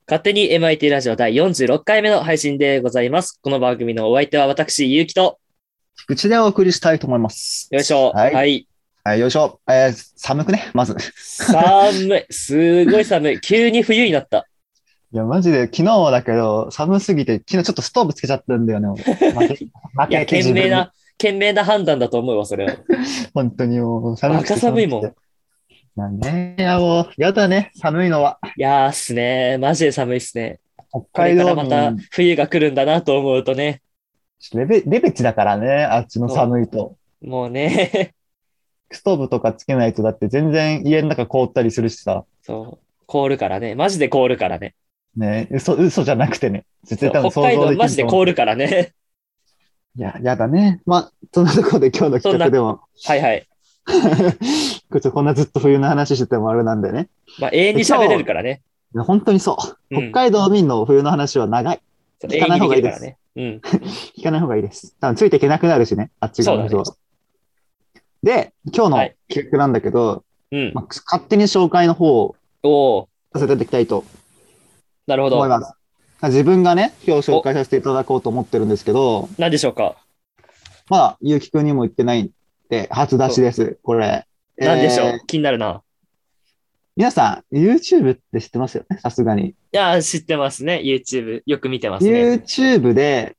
勝手に MIT ラジオ第46回目の配信でございます。この番組のお相手は私、ゆうきと、 菊池でお送りしたいと思います。 よいしょ。 はい。 はい。 はい、よいしょ。寒くね、まず。 寒い。すごい寒い。急に冬になった。 いや、マジで、昨日はだけど、寒すぎて、昨日ちょっとストーブつけちゃったんだよね、俺。負いや、 けて自分に。 賢明な判断だと思うわ、それは。 本当にもう、寒バカくて寒いもん。 寒くて。なんね、いや、もう、やだね、寒いのは。 いやーっすね。マジで寒いっすね。 北これから海道また民、 冬が来るんだなと思うとね。 レベチだからね、あっちのそ寒いと。 う。もうね。 ストーブとかつけないと、だって全然家の中凍ったりするしさ。 そう。凍るからね。マジで凍るからね。 ね、嘘じゃなくてね。絶そう。 対多分北海想像でき道マジでると思うけど。 凍るからね。 いや、やだね。まあ、そんなところで今日のそんな、 企画でもはいはい。 こんなずっと冬の話しててもあれなんでね。 まあ、永遠に喋れる今日、 からね。 本当にそう。北うん。 海道民の冬の話は長い。聞かないそう永遠にで方がいいです。 きるからね。うん。 聞かない方がいいです。多分ついていけなくなるしね。あっちそうだね。 側の人は。で、今日のはい。 企画なんだけど、 うん。 勝手に紹介の方をおー、 させていきたいとなるほど。 思います。自分がね、今日紹お、 介させていただこうと思ってるんですけど、 何でしょうか。 まだ、ゆうきくんにも言ってないんで、初出しそです。これ。 う。何でしえー、 ょう。気になるな。 皆さん、YouTube って知ってますよね、さすがに。 いやー、知ってますね。YouTube。よく見てますね。 YouTube で、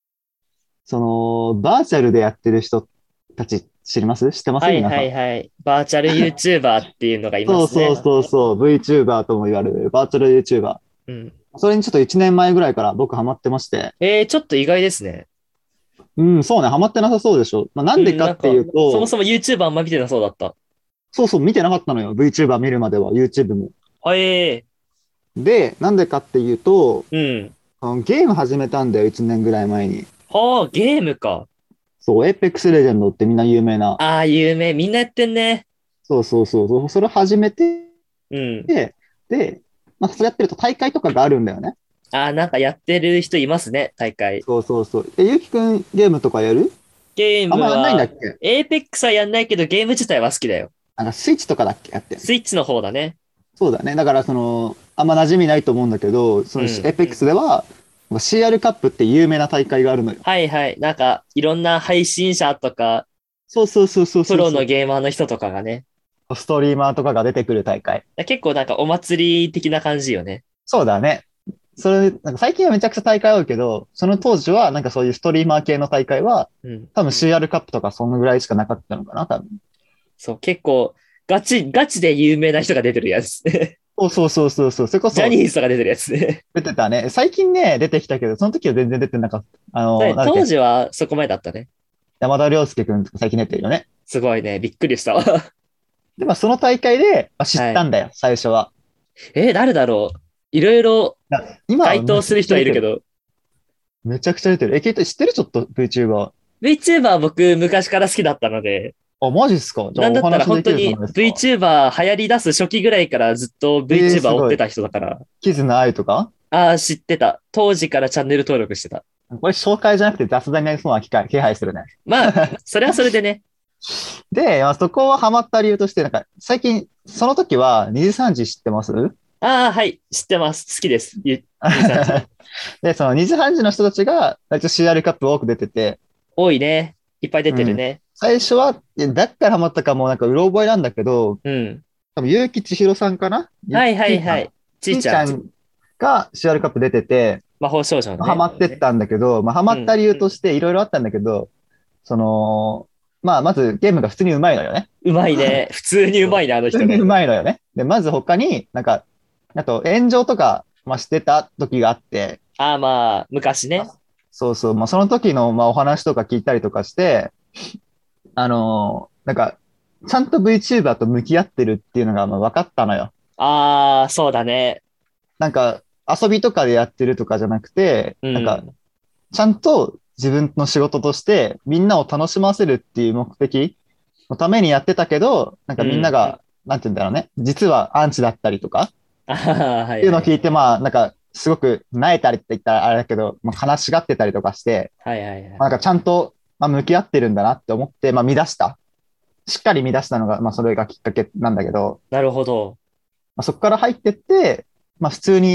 バーチャルでやってる人たち知ります知ってますはいは皆さん。 いはい。バーチャル YouTuber っていうのがいまそうそうすね。 そうそう、VTuber とも言われるバーチャル YouTuber。 うん。 それにちょっと1年前ぐらいから僕ハマってまして。 ちょっと意外ですね。 うん、そうね、ハマってなさそうでしょ。まあ、なうん、 んでかっていなんか、 うと、 そもそも YouTube あんま見てなそうだった。 そうそう、見てなかったのよ。VTuber 見るまでは、YouTube も。 はで、なんでかっていうと、 うん。 ゲーム始めたんだよ、1年ぐらい前に。 はあ、ゲームか。 そう、Apex Legends ってみんな有名な。 ああ、有名。みんなやってんね。 そうそうそうそう、それ始めて、 うん。 で、まあ、それやってると大会とかがあるんだよね。 ああ、なんかやってる人いますね。大会。 そうそうそう。ゆうきくんゲームとかやるゲーあんまやんないんだムは、 っけ？ Apex はやんないけど、ゲーム自体は好きだよ。 なんかスイッチとかだっけやってんの？ スイッチの方だね。 そうだね。だからあんま馴染みないと思うんだけど、そのエうん。 ペックスでは、CR カップって有名な大会があるのよ。 はいはい。なんか、いろんな配信者とか、 そうそうそうそうプロそうそのゲーマーの人とかがね。 う。ストリーマーとかが出てくる大会。 結構なんかお祭り的な感じよね。 そうだね。なんか最近はめちゃくちゃ大会多いけど、その当時はなんかそういうストリーマー系の大会は、 うん。 多分 CR カップとかそのぐらいしかなかったのかな、多分。 そう、結構、ガチで有名な人が出てるやつ。 そうそうそうそうそう。それこジャニそーズとか出てるやつ。 出てたね。最近ね、出てきたけど、その時は全然出てなかった。なんだっ当け、 時はそこまでだったね。 山田涼介くんとか最近出てるよね。 すごいね。びっくりしたわ。 で、その大会で、知っはい。 たんだよ、最初は。 誰だろう。いろいろ今はめちゃ該当するくちゃ出てる。 人はいるけど、 めちゃくちゃ出てる。知ってるちょっと VTuber。 VTuber 僕昔から好きだったので、 あ、マジっすか？じゃあおなんだったら話できるじゃ本当にないですか。 VTuber流行り出す初期ぐらいからずっと VTuber すごい。 追ってた人だから、 キズナアイとかああ、知ってた。当時からチャンネル登録してた。 これ紹介じゃなくて雑談になりそうな気配するね。 まあ、それはそれでね。 で、そこはハマった理由として、なんか、最近、その時は、二次三次知ってます？ ああ、はい、知ってます。好きです。ゆうさんち。 で、その二次三次の人たちが、割と CR カップ多く出てて、 多いね。いっぱい出うん。 てるね。 最初は、だからハマったかも、なんか、うろ覚えなんだけど、 うん。 多分、結城千尋さんかなはいはちいちゃん。 いはい。ちちいちゃん、 いちゃんが CR カップ出てて、 魔法少女のね。 ハマってったんだけど、ハマうん。 った理由としていろいろあったんだけど、その、まずゲームが普通にうまいのよね。 うまいね。普通にうまいね、あの人ね。 普通にうまいのよね。で、まず他になんか、あと炎上とか、してた時があって、 ああ、まあ、昔ね。 そうそう、その時の、お話とか聞いたりとかして、なんか、ちゃんと VTuber と向き合ってるっていうのが分かったのよ。 ああ、そうだね。 なんか、遊びとかでやってるとかじゃなくて、 うなんか、 ん。 ちゃんと自分の仕事としてみんなを楽しませるっていう目的のためにやってたけど、なんかみんなうん。 が、なんて言うんだろうね。実はアンチだったりとか、 ああ、はっいはい。 ていうのを聞いて、なんか、すごく、萎えたりって言ったらあれだけど、悲しがってたりとかして、 はいはいはい。 なんかちゃんと、向き合ってるんだなって思って、見出した。しっかり見出したのが、それがきっかけなんだけど、 なるほど。 そこから入ってって、普通に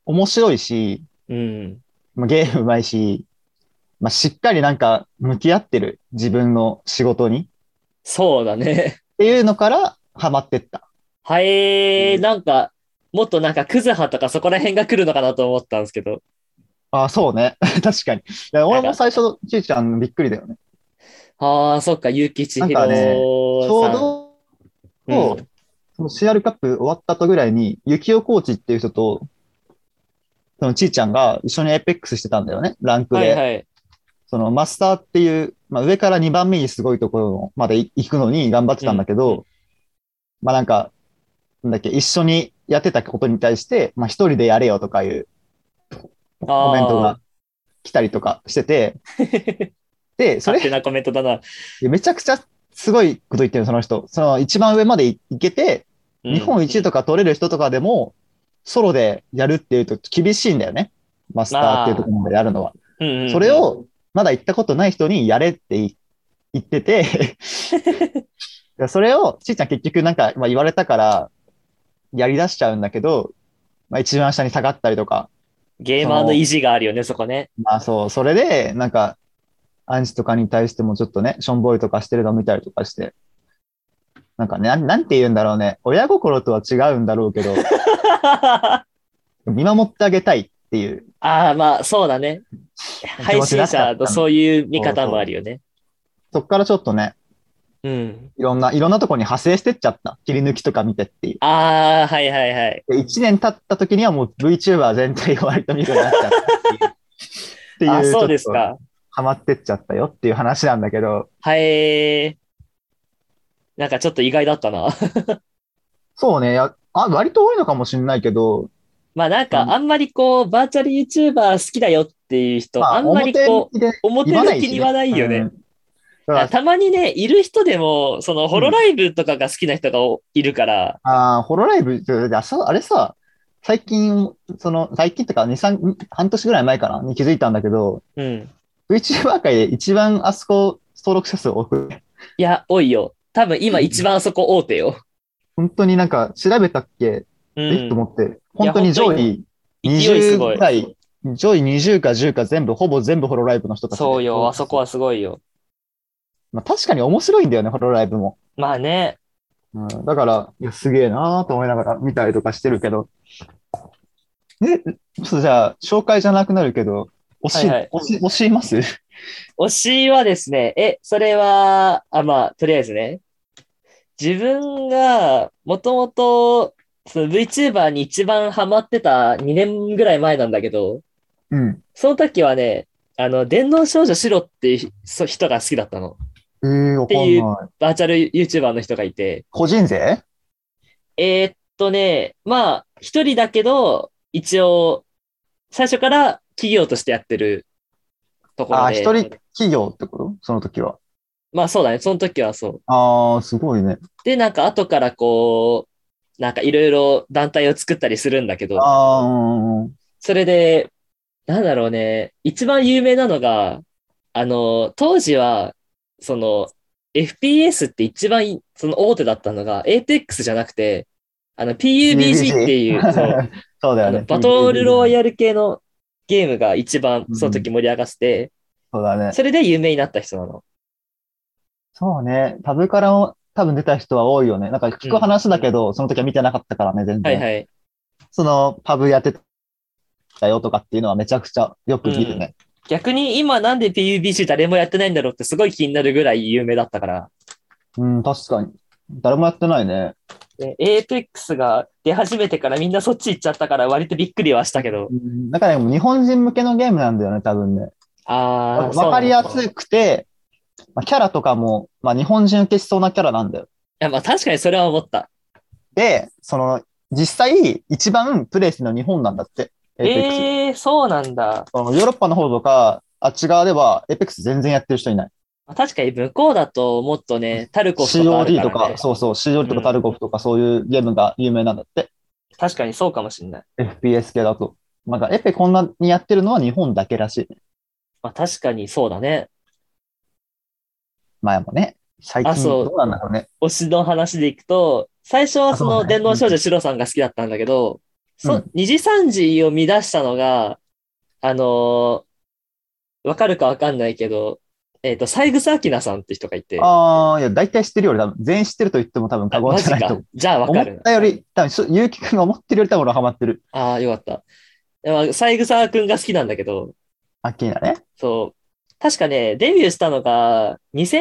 面白いし、 うん。 まあ、ゲーム上手いし、まあ、しっかりなんか向き合ってる自分の仕事にっそうだね。 ていうのからハマってった。 はえー、なんか、もっとなんかクズハとかそこら辺が来るのかなと思ったんですけど、 ああ、そうね。確かに。いや、 なんか、 俺も最初、ちいちゃんびっくりだよね。 ああ、そっか、結城千なんかね、ちょう尋さん。 ど、 うん。 その CR カップ終わった後ぐらいに、ユキオコーチっていう人と、そのちいちゃんが一緒にエイペックスしてたんだよね、ランクで。 はいはい。 そのマスターっていう、まあ、上から2番目にすごいところまで行くのに頑張ってたんだうん。うん。 けど、まあなんか、なんだっけ、一緒にやってたことに対して、まあ一人でやれよとかいうコメントああ。 が来たりとかしてて、で、それ、 勝手なコメントだな。 めちゃくちゃすごいこと言ってるその人。その一番上まで行けて、日うん。 本一とか取れる人とかでも、ソロでやるっていうと厳しいんだよね。マスターっていうとまあ、 ころまでやるのは。 うんうんうん。 それを、まだ行ったことない人にやれって言っててそれを、ちいちゃん結局なんか、まあ、言われたから、やり出しちゃうんだけど、まあ、一番下に下がったりとか、 ゲーマーの意その、 地があるよね、そこね。 まあそう、それで、なんか、アンチとかに対してもちょっとね、しょんぼりとかしてるのを見たりとかして、なんかね、なんて言うんだろうね。親心とは違うんだろうけど、見守ってあげたいっていうああ、まあ、そうだね。 気配信持ちになっちゃったの。 者のそういう見方もあそうそう。 るよね。 そっからちょっとね、 うん。 いろんなとこに派生してっちゃった。切り抜きとか見てっていう。 ああ、はいはいはい。 で、1年経った時にはもう VTuber 全体を割と見るようになっちゃったってあ、 いう、 そうちょっと、 ですか。 ハマってっちゃったよっていう話なんだけど、 はい。なんかちょっと意外だったな。 そうね、割と多いのかもしれないけど、 まあなんそのかあんまりこう、バーチャル YouTuber 好きだよっていう人、 まあ、 あんまりこう、 表向きで言表わないしね。 向きにはないよね。 うん。だから、 たまにね、いる人でも、そのホロうん。 ライブとかが好きな人がいるから、 ホロライブ、あれさ、最近とか2、3、半年ぐらい前かなに気づいたんだけど、 うん。 VTuber 界で一番あそこ登録者数多くて、 いや、多いよ。多分今一番あそこ大手よ。 本当になんか調べたっけうとん。 思って、 いや、 本当に本当に上位20 勢いすごい。 ぐらい、上位20か10かほぼ全部ホロライブの人たちでそうよ、 登録者数。 あそこはすごいよ。 まあ確かに面白いんだよね、ホロライブも。 まあね。 うん、だから、いや、すげえなーと思いながら見たりとかしてるけど、ちょっとじゃあ、紹介じゃなくなるけど、 はいはい。 推しいます？ 推しはですね、それは、まあ、とりあえずね、自分が、もともと、その VTuber に一番ハマってた2年ぐらい前なんだけど、 うん。 その時はね、電脳少女シロっていう人が好きだったの。っわかんていうない。 バーチャル YouTuber の人がいて、 個人税？ まあ、一人だけど、一応、最初から企業としてやってるところ一で、 人企業ってことその時は。 まあそうだね、その時はそう。 すごいね。 で、なんか後からこう、なんかいろいろ団体を作ったりするんだけど、それで、なんだろうね、一番有名なのが、当時は、その、FPS って一番その大手だったのが、Apex じゃなくて、PUBG っていう、そう、 PUBG？ そうだよね、 バトル PUBG だよね。 ロワイヤル系のゲームが一番その時うん。 盛り上がってて、 そうだね。 それで有名になった人なの。 そうね。タブからも多分出た人は多いよね。なんか聞くうん。 話だけど、その時は見てなかったからね、全然。 はいはい。 そのパブやってたよとかっていうのはめちゃくちゃようん。 く見るね。 逆に今なんで PUBG 誰もやってないんだろうってすごい気になるぐらい有名だったから。 うん、確かに。誰もやってないね。 で、Apex が出始めてからみんなそっち行っちゃったから割とびっくりはしたけど。 うん、だからでも日本人向けのゲームなんだよね、多分ね。 ああ、 わかりそうなんだ。いやすくて、まあ、キャラとかも、まあ、日本人受けしそうなキャラなんだよ。 や、まあ確かにそれは思った。 で、実際、一番プレイしてるのは日本なんだって、エイペックス。 そうなんだ。 ヨーロッパの方とか、あっち側では、エイペックス全然やってる人いない。 まあ確かに向こうだともっとね、タルコフとかある COD とか、 からね。 そうそう、COD とかタうん。 ルコフとかそういうゲームが有名なんだって。 確かにそうかもしんない。 FPS 系だと。なんか、エペこんなにやってるのは日本だけらしいね。 まあ確かにそうだね。 前もね。最あ、 近、どうそう、 なんだろうね。 推しの話でいくと、最初はあ、 そそうね。 の電脳少女シロさんが好きだったんだけど、 2時3時を乱したのが、わかるかわかんないけど、三枝明菜さんって人がいて。 いや、大体知ってるより多分、全員知ってると言っても多分過言じゃないと思う。 じゃあわかる。 思ったより、多分、ゆうきくんが思ってるより多分俺ハマってる。 ああ、よかった。でも、三枝くんが好きなんだけど。 明菜ね。 そう。確かね、デビューしたのが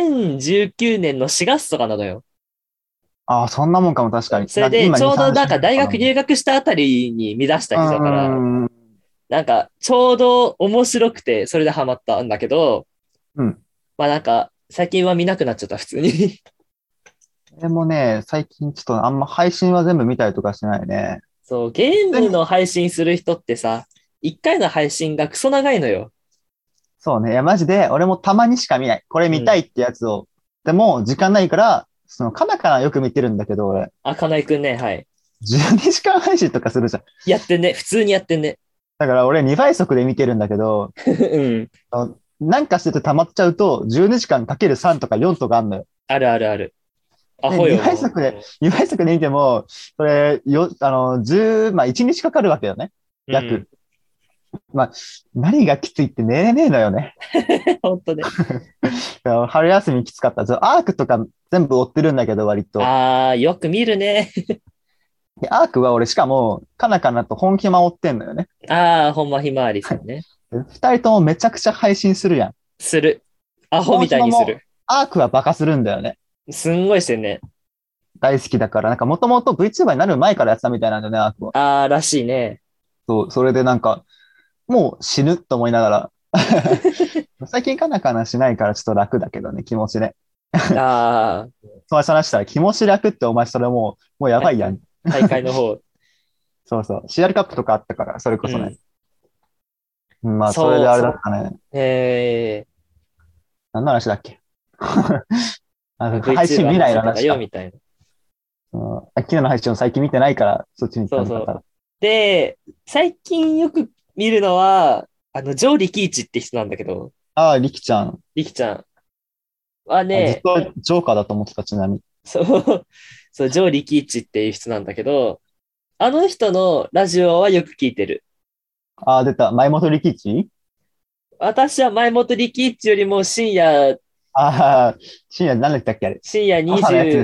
2019年の4月とかなのよ。 そんなもんかも確かに。 それで、ちょうどなんか大学入学したあたりに乱した人だから、なんかちょうど面白くて、それでハマったんだけど、まあなんか、最近は見なくなっちゃった、普通に。 でもね、最近ちょっとあんま配信は全部見たりとかしないね。 そう、ゲームの配信する人ってさ、1回の配信がクソ長いのよ。 そうね。いや、マジで、俺もたまにしか見ない。これ見たいってやつを。でも、時間ないから、かなかなよく見てるんだけど、俺。 かなえくんね、はい。 12時間配信とかするじゃん。 やってんね。普通にやってんね。 だから俺2倍速で見てるんだけど、なんかしてて溜まっちゃうと、12時間かける3とか4とかあんのよ。 あるあるある。アホよ。 2倍速で見ても、それ、1日かかるわけよね。約。まあ、何がきついって寝れねえのよね。 本当ね。 春休みきつかった。アークとか全部追ってるんだけど、割と。 よく見るね。 アークは俺しかも、かなかなと本気守ってんのよね。 ほんまひまわりさんね。 二人ともめちゃくちゃ配信するやん。 する。アホみたいにする。 アークはバカするんだよね。 すんごいしてんね。 大好きだから、なんかもともと VTuber になる前からやってたみたいなんだよね、アークは。 らしいね。 そう、それでなんか、もう死ぬと思いながら。最近かなかなしないからちょっと楽だけどね、気持ちね。友達話したら気持ち楽ってお前それもうやばいやん。 大会の方。 そうそう。CR カップとかあったから、それこそね。まあ、それであれだったね。何の話だっけ配信見ないの話よみたいな。秋菜の配信を最近見てないから、そっちに行ったんだから。 で、最近よく見るのは、ジョー・リキイチって人なんだけど。 リキちゃん。 リキちゃん。はね。 ずっとジョーカーだと思ってた、ちなみに。 そう、ジョー・リキイチっていう人なんだけど、あの人のラジオはよく聞いてる。 出た。前本力一？ 私は前本力一よりも深夜。 深夜何だったっけあれ。 深夜 20。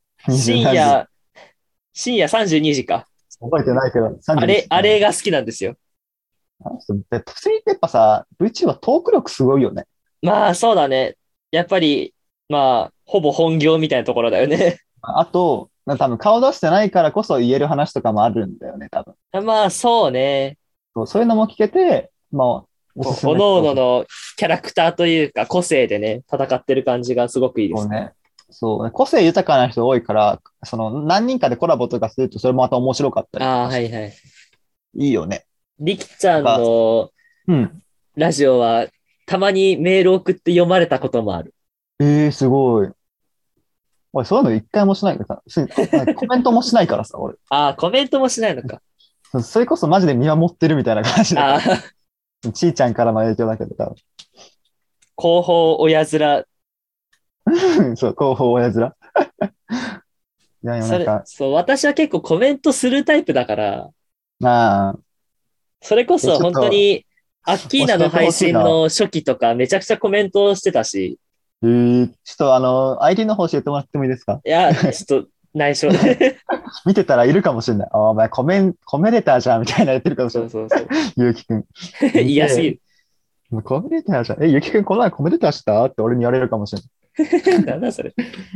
深夜32時か。 覚えてないけど。 あれが好きなんですよ。 普通にやっぱさ、VTuber トーク力すごいよね。 まあそうだね。やっぱり、まあ、ほぼ本業みたいなところだよね。 あと、多分顔出してないからこそ言える話とかもあるんだよね、多分。 まあそうね。 そういうのも聞けて、まあ、 おのおののキャラクターというか個性でね、戦ってる感じがすごくいいですね。 そう、個性豊かな人多いから、何人かでコラボとかするとそれもまた面白かったり。 はいはい。 いいよね。 りきちゃんのラジオはたまにメール送って読まれたこともある。 すごい。俺、そういうの一回もしないからさ、コメントもしないからさ、俺。 コメントもしないのか。 それこそマジで見守ってるみたいな感じだから。ちーちゃんからの影響だけど、多分。 広報親面。 そう、広報親面。いや、なんか。 そう、私は結構コメントするタイプだから。それこそ本当に、アッキーナの配信の初期とかめちゃくちゃコメントしてたし。 ちょっとID の方教えてもらってもいいですか？ いや、ちょっと内緒で。 見てたらいるかもしれない。お前コメレターじゃんみたいなやってるかもしれない。 そう。 ゆうきくん。 嫌すぎる。 コメレターじゃん。ゆうきくんこの前コメレターしたって俺に言われるかもしれない。 なんだそれ。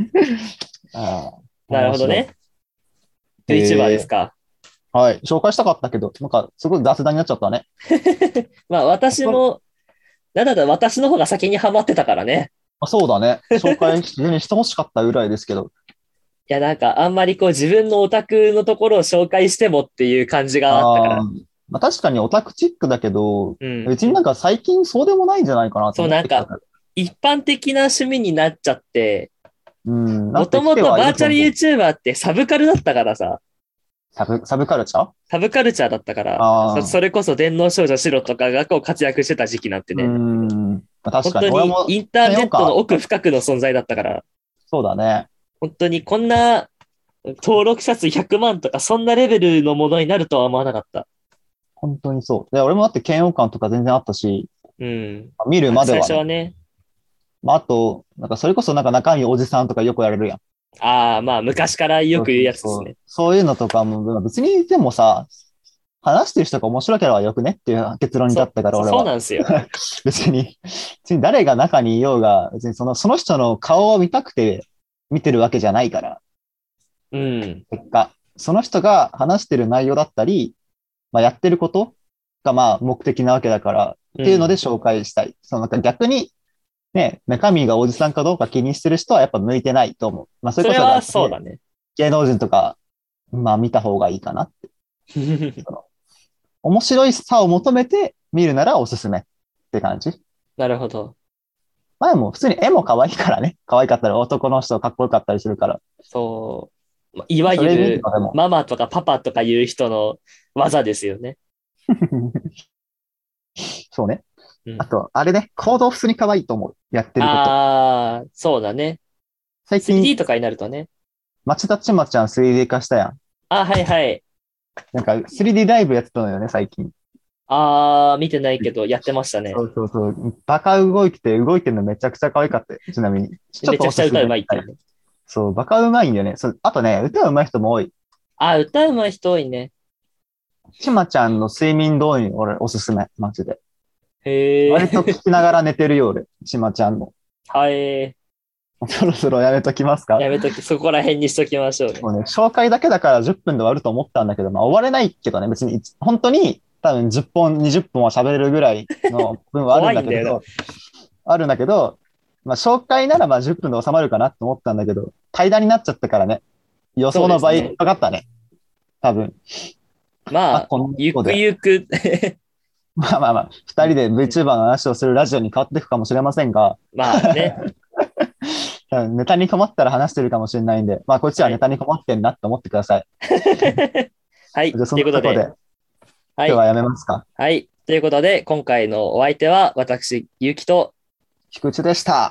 なるほどね。VTuber ですか。 はい。紹介したかったけど、なんかすごい雑談になっちゃったね。 まあ私も、なんだ私の方が先にハマってたからね。 そうだね。紹介してほしかったぐらいですけど。 いや、なんかあんまりこう自分のオタクのところを紹介してもっていう感じがあったから。 まあ、確かにオタクチックだけど、別になんか最近そうでもないんじゃないかなと思って。 そう、なんか一般的な趣味になっちゃって、もともとバーチャル YouTuber ってサブカルだったからさ。 サブカルチャー？ サブカルチャーだったから、それこそ電脳少女シロとかがこう活躍してた時期なんてね。 確かに本当にインターネットの奥深くの存在だったから。 そうだね。 本当にこんな登録者数100万とか、そんなレベルのものになるとは思わなかった。 本当にそう。で、俺もだって嫌悪感とか全然あったし、 うん。 見るまでは、ね。 最初はね。 まあ、あと、なんかそれこそなんか中身おじさんとかよくやれるやん。 ああ、まあ、昔からよく言うやつですね。 そういうのとかも、別にでもさ、話してる人が面白ければよくねっていう結論に至ったから、俺は。 そうなんですよ。 別に誰が中にいようが、別にその人の顔を見たくて見てるわけじゃないから。 うん。 結果、その人が話してる内容だったり、まあ、やってることがまあ目的なわけだから、っていうので紹介したい。そのなんか逆に、ね、中身がおじさんかどうか気にしてる人はやっぱ向いてないと思う。まあ、それこそ、 それはそうだね。 芸能人とか、まあ見た方がいいかなって。面白いさを求めて見るならおすすめって感じ。 なるほど。 まあでも普通に絵も可愛いからね。可愛かったら男の人かっこよかったりするから。 そう。いわゆるママとかパパとかいう人の技ですよね。 そうね。うん、あと、あれね、行動普通に可愛いと思う。やってること。 ああ、そうだね。最近。3D とかになるとね。 町田ちまちゃん 3D 化したやん。 あ、はいはい。 なんか 3D ライブやってたのよね、最近。 あー、見てないけど、やってましたね。 そうそうそう。バカ動いてるのめちゃくちゃ可愛かった。ちなみに。 めちゃくちゃ歌うまいってね。 そう、バカうまいんだよね。あとね、歌うまい人も多い。 あ、歌うまい人多いね。 ちまちゃんの睡眠導入、俺おすすめ、マジで。 へ割と聞きながら寝てるよ、俺。ちまちゃんの。 はい。 そろそろやめときますか？ やめとき、そこら辺にしときましょうね。 もうね、紹介だけだから10分で終わると思ったんだけど、まあ終われないけどね、別に、本当に多分10本、20本は喋れるぐらいの分はあるんだけど、あるんだけど、まあ紹介ならまあ10分で収まるかなと思ったんだけど、対談になっちゃったからね、予想の倍かかったね。多分。 まあ、ゆくゆく。 まあ、二人で VTuber の話をするラジオに変わっていくかもしれませんが。 まあね。 ネタに困ったら話してるかもしれないんで、まあこっちはネタに困ってんなって思ってください。 はい。 じゃあそのことで、今日はやめますか。 はい。ということで、今回のお相手は私、ゆうきと菊池でした。